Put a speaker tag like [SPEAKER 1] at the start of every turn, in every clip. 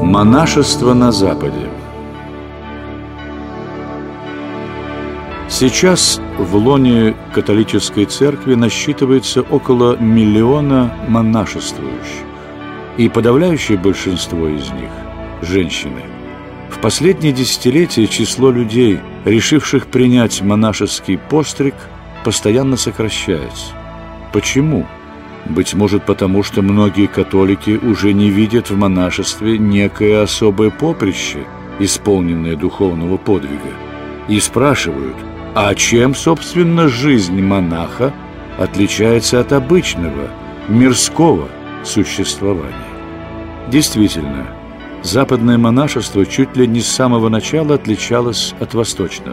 [SPEAKER 1] Монашество на Западе. Сейчас в лоне католической церкви насчитывается около 1 миллиона монашествующих, и подавляющее большинство из них – женщины. В последние десятилетия число людей, решивших принять монашеский постриг, постоянно сокращается. Почему? Быть может, потому что многие католики уже не видят в монашестве некое особое поприще, исполненное духовного подвига, и спрашивают, а чем, собственно, жизнь монаха отличается от обычного, мирского существования? Действительно, западное монашество чуть ли не с самого начала отличалось от восточного.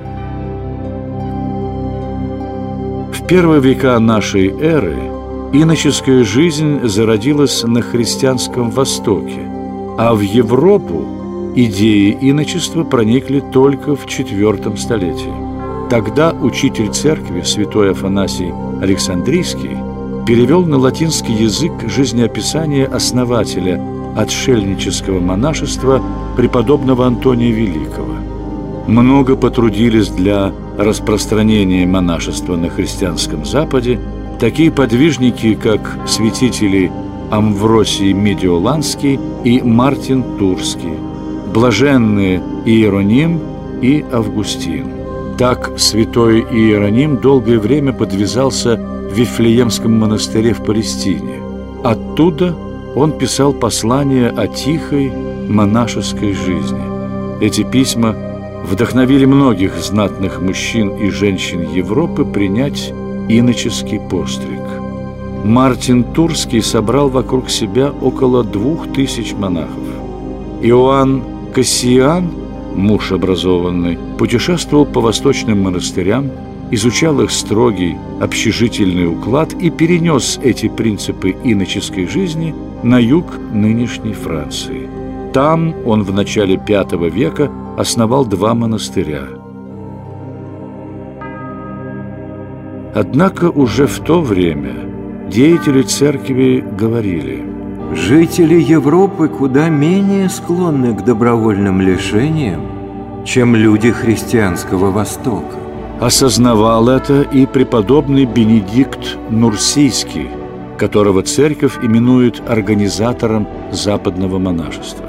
[SPEAKER 1] В первые века нашей эры иноческая жизнь зародилась на христианском Востоке, а в Европу идеи иночества проникли только в IV столетии. Тогда учитель церкви святой Афанасий Александрийский перевел на латинский язык жизнеописание основателя отшельнического монашества преподобного Антония Великого. Много потрудились для распространения монашества на христианском Западе такие подвижники, как святители Амвросий Медиоланский и Мартин Турский, блаженные Иероним и Августин. Так святой Иероним долгое время подвязался в Вифлеемском монастыре в Палестине. Оттуда он писал послания о тихой монашеской жизни. Эти письма вдохновили многих знатных мужчин и женщин Европы принять иноческий постриг. Мартин Турский собрал вокруг себя около 2000 монахов. Иоанн Кассиан, муж образованный, путешествовал по восточным монастырям, изучал их строгий общежительный уклад и перенес эти принципы иноческой жизни на юг нынешней Франции. Там он в начале V века основал 2 монастыря. Однако уже в то время деятели церкви говорили:
[SPEAKER 2] жители Европы куда менее склонны к добровольным лишениям, чем люди христианского Востока.
[SPEAKER 1] Осознавал это и преподобный Бенедикт Нурсийский, которого церковь именует организатором западного монашества.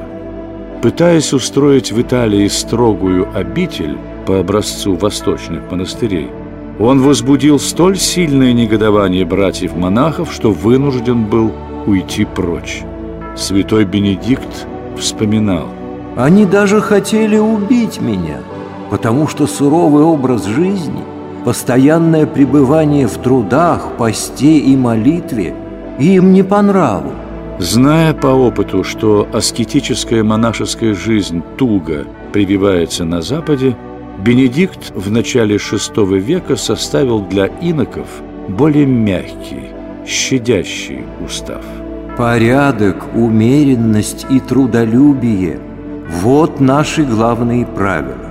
[SPEAKER 1] Пытаясь устроить в Италии строгую обитель по образцу восточных монастырей, он возбудил столь сильное негодование братьев-монахов, что вынужден был уйти прочь. Святой Бенедикт вспоминал:
[SPEAKER 2] «Они даже хотели убить меня, потому что суровый образ жизни, постоянное пребывание в трудах, посте и молитве им не по нраву».
[SPEAKER 1] Зная по опыту, что аскетическая монашеская жизнь туго прививается на Западе, Бенедикт в начале VI века составил для иноков более мягкий, щадящий устав.
[SPEAKER 2] Порядок, умеренность и трудолюбие – вот наши главные правила.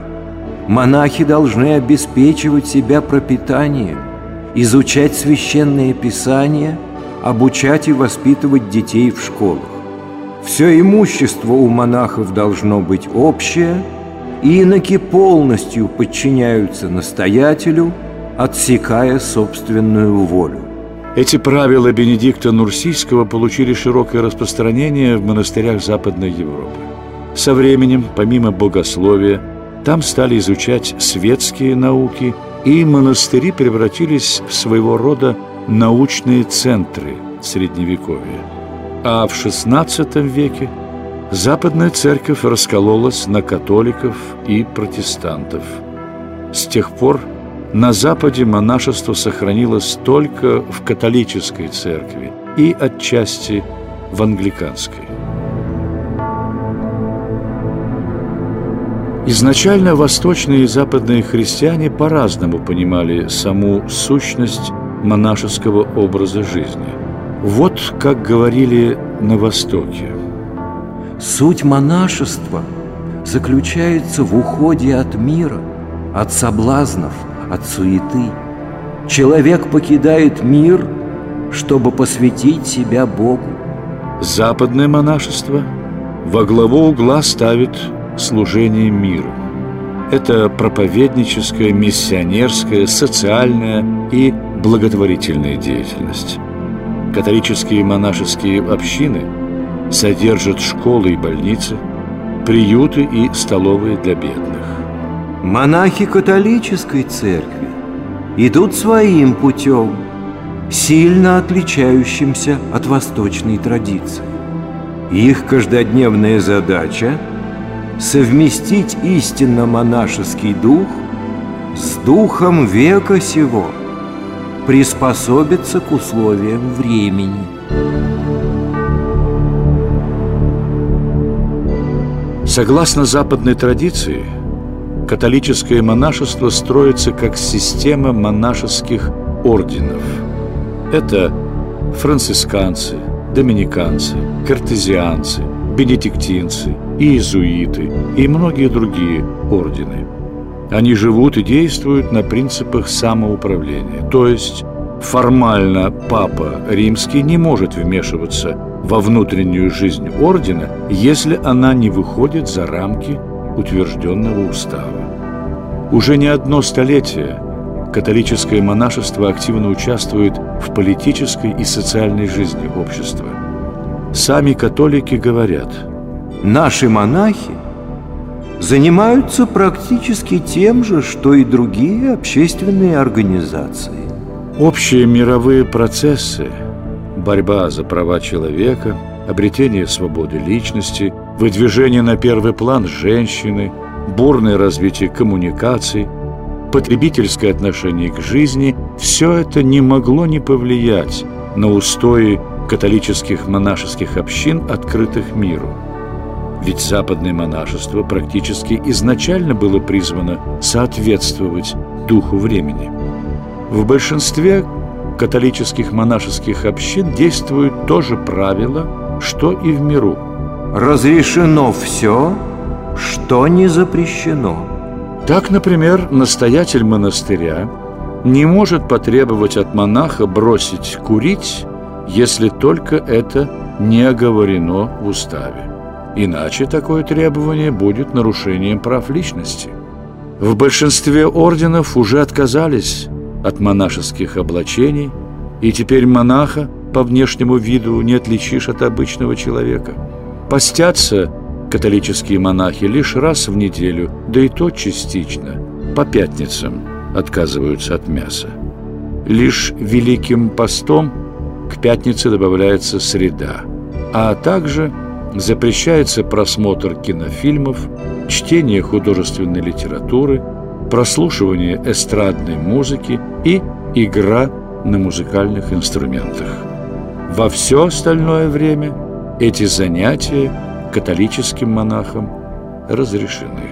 [SPEAKER 2] Монахи должны обеспечивать себя пропитанием, изучать священные писания, обучать и воспитывать детей в школах. Все имущество у монахов должно быть общее, иноки полностью подчиняются настоятелю, отсекая собственную волю.
[SPEAKER 1] Эти правила Бенедикта Нурсийского получили широкое распространение в монастырях Западной Европы. Со временем, помимо богословия, там стали изучать светские науки, и монастыри превратились в своего рода научные центры Средневековья. А в XVI веке Западная церковь раскололась на католиков и протестантов. С тех пор на Западе монашество сохранилось только в католической церкви и отчасти в англиканской. Изначально восточные и западные христиане по-разному понимали саму сущность монашеского образа жизни. Вот как говорили на Востоке:
[SPEAKER 2] суть монашества заключается в уходе от мира, от соблазнов, от суеты. Человек покидает мир, чтобы посвятить себя Богу.
[SPEAKER 1] Западное монашество во главу угла ставит служение миру. Это проповедническая, миссионерская, социальная и благотворительная деятельность. Католические монашеские общины содержат школы и больницы, приюты и столовые для бедных.
[SPEAKER 2] Монахи католической церкви идут своим путем, сильно отличающимся от восточной традиции. Их каждодневная задача – совместить истинно монашеский дух с духом века сего, приспособиться к условиям времени.
[SPEAKER 1] Согласно западной традиции, католическое монашество строится как система монашеских орденов. Это францисканцы, доминиканцы, картезианцы, бенедиктинцы, иезуиты и многие другие ордены. Они живут и действуют на принципах самоуправления, то есть формально Папа Римский не может вмешиваться во внутреннюю жизнь ордена, если она не выходит за рамки утвержденного устава. Уже не одно столетие католическое монашество активно участвует в политической и социальной жизни общества. Сами католики говорят:
[SPEAKER 2] наши монахи занимаются практически тем же, что и другие общественные организации.
[SPEAKER 1] Общие мировые процессы, борьба за права человека, обретение свободы личности, выдвижение на первый план женщины, бурное развитие коммуникаций, потребительское отношение к жизни – все это не могло не повлиять на устои католических монашеских общин, открытых миру. Ведь западное монашество практически изначально было призвано соответствовать духу времени. В большинстве католических монашеских общин действует то же правило, что и в миру.
[SPEAKER 2] Разрешено все, что не запрещено.
[SPEAKER 1] Так, например, настоятель монастыря не может потребовать от монаха бросить курить, если только это не оговорено в уставе. Иначе такое требование будет нарушением прав личности. В большинстве орденов уже отказались от монашеских облачений, и теперь монаха по внешнему виду не отличишь от обычного человека. Постятся католические монахи лишь раз в неделю, да и то частично. По пятницам отказываются от мяса. Лишь Великим постом к пятнице добавляется среда, а также запрещается просмотр кинофильмов, чтение художественной литературы, прослушивание эстрадной музыки и игра на музыкальных инструментах. Во все остальное время эти занятия католическим монахам разрешены.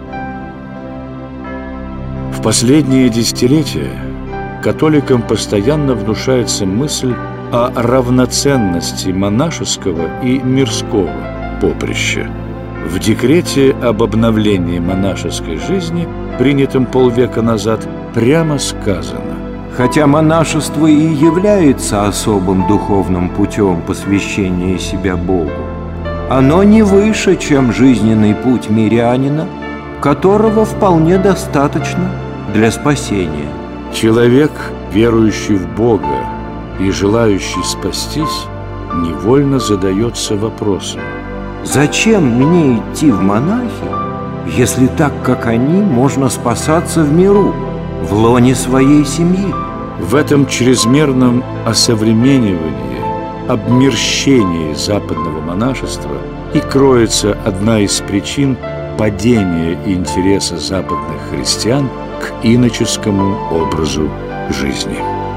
[SPEAKER 1] В последние десятилетия католикам постоянно внушается мысль о равноценности монашеского и мирского поприща. В декрете об обновлении монашеской жизни, принятом полвека назад, прямо сказано:
[SPEAKER 2] хотя монашество и является особым духовным путем посвящения себя Богу, оно не выше, чем жизненный путь мирянина, которого вполне достаточно для спасения.
[SPEAKER 1] Человек, верующий в Бога и желающий спастись, невольно задается вопросом:
[SPEAKER 2] зачем мне идти в монахи, если так, как они, можно спасаться в миру, в лоне своей семьи?
[SPEAKER 1] В этом чрезмерном осовременивании, обмерщении западного монашества и кроется одна из причин падения интереса западных христиан к иноческому образу жизни.